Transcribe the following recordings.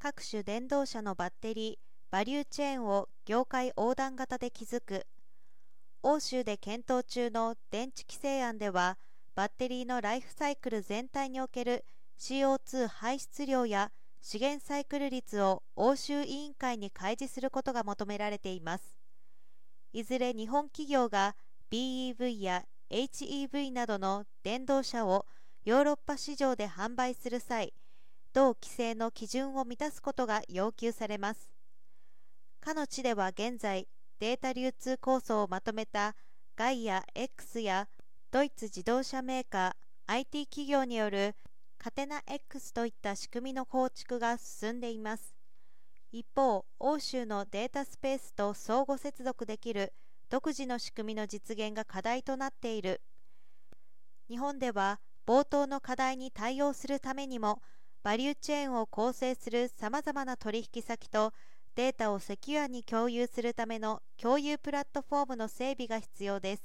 各種電動車のバッテリー、バリューチェーンを業界横断型で築く。欧州で検討中の電池規制案では、バッテリーのライフサイクル全体における CO2 排出量や資源サイクル率を欧州委員会に開示することが求められています。いずれ日本企業が BEV や HEV などの電動車をヨーロッパ市場で販売する際、同規制の基準を満たすことが要求されます。かの地では現在、データ流通構想をまとめたガイア X やドイツ自動車メーカー、IT 企業によるカテナ X といった仕組みの構築が進んでいます。一方、欧州のデータスペースと相互接続できる独自の仕組みの実現が課題となっている。日本では冒頭の課題に対応するためにも、バリューチェーンを構成するさまざまな取引先とデータをセキュアに共有するための共有プラットフォームの整備が必要です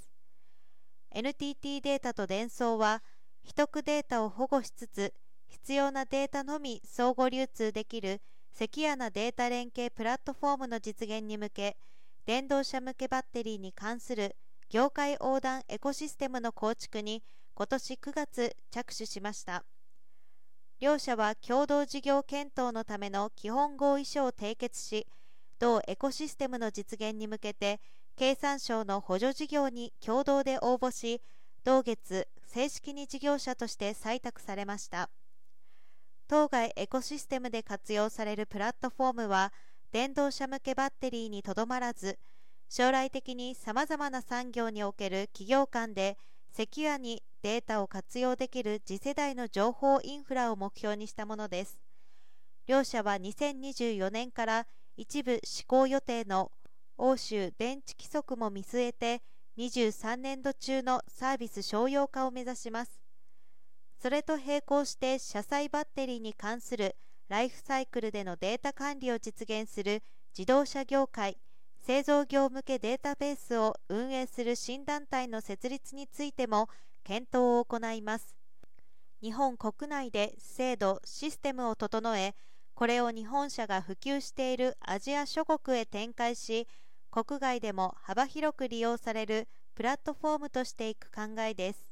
。NTT データとデンソーは、秘匿データを保護しつつ、必要なデータのみ相互流通できるセキュアなデータ連携プラットフォームの実現に向け、電動車向けバッテリーに関する業界横断エコシステムの構築に今年9月着手しました。両社は共同事業検討のための基本合意書を締結し、同エコシステムの実現に向けて経産省の補助事業に共同で応募し、同月正式に事業者として採択されました。当該エコシステムで活用されるプラットフォームは、電動車向けバッテリーにとどまらず、将来的にさまざまな産業における企業間でセキュアにデータを活用できる次世代の情報インフラを目標にしたものです。両社は2024年から一部施行予定の欧州電池規則も見据えて23年度中のサービス商用化を目指します。それと並行して車載バッテリーに関するライフサイクルでのデータ管理を実現する自動車業界製造業向けデータベースを運営する新団体の設立についても検討を行います。日本国内で制度・システムを整え、これを日本車が普及しているアジア諸国へ展開し、国外でも幅広く利用されるプラットフォームとしていく考えです。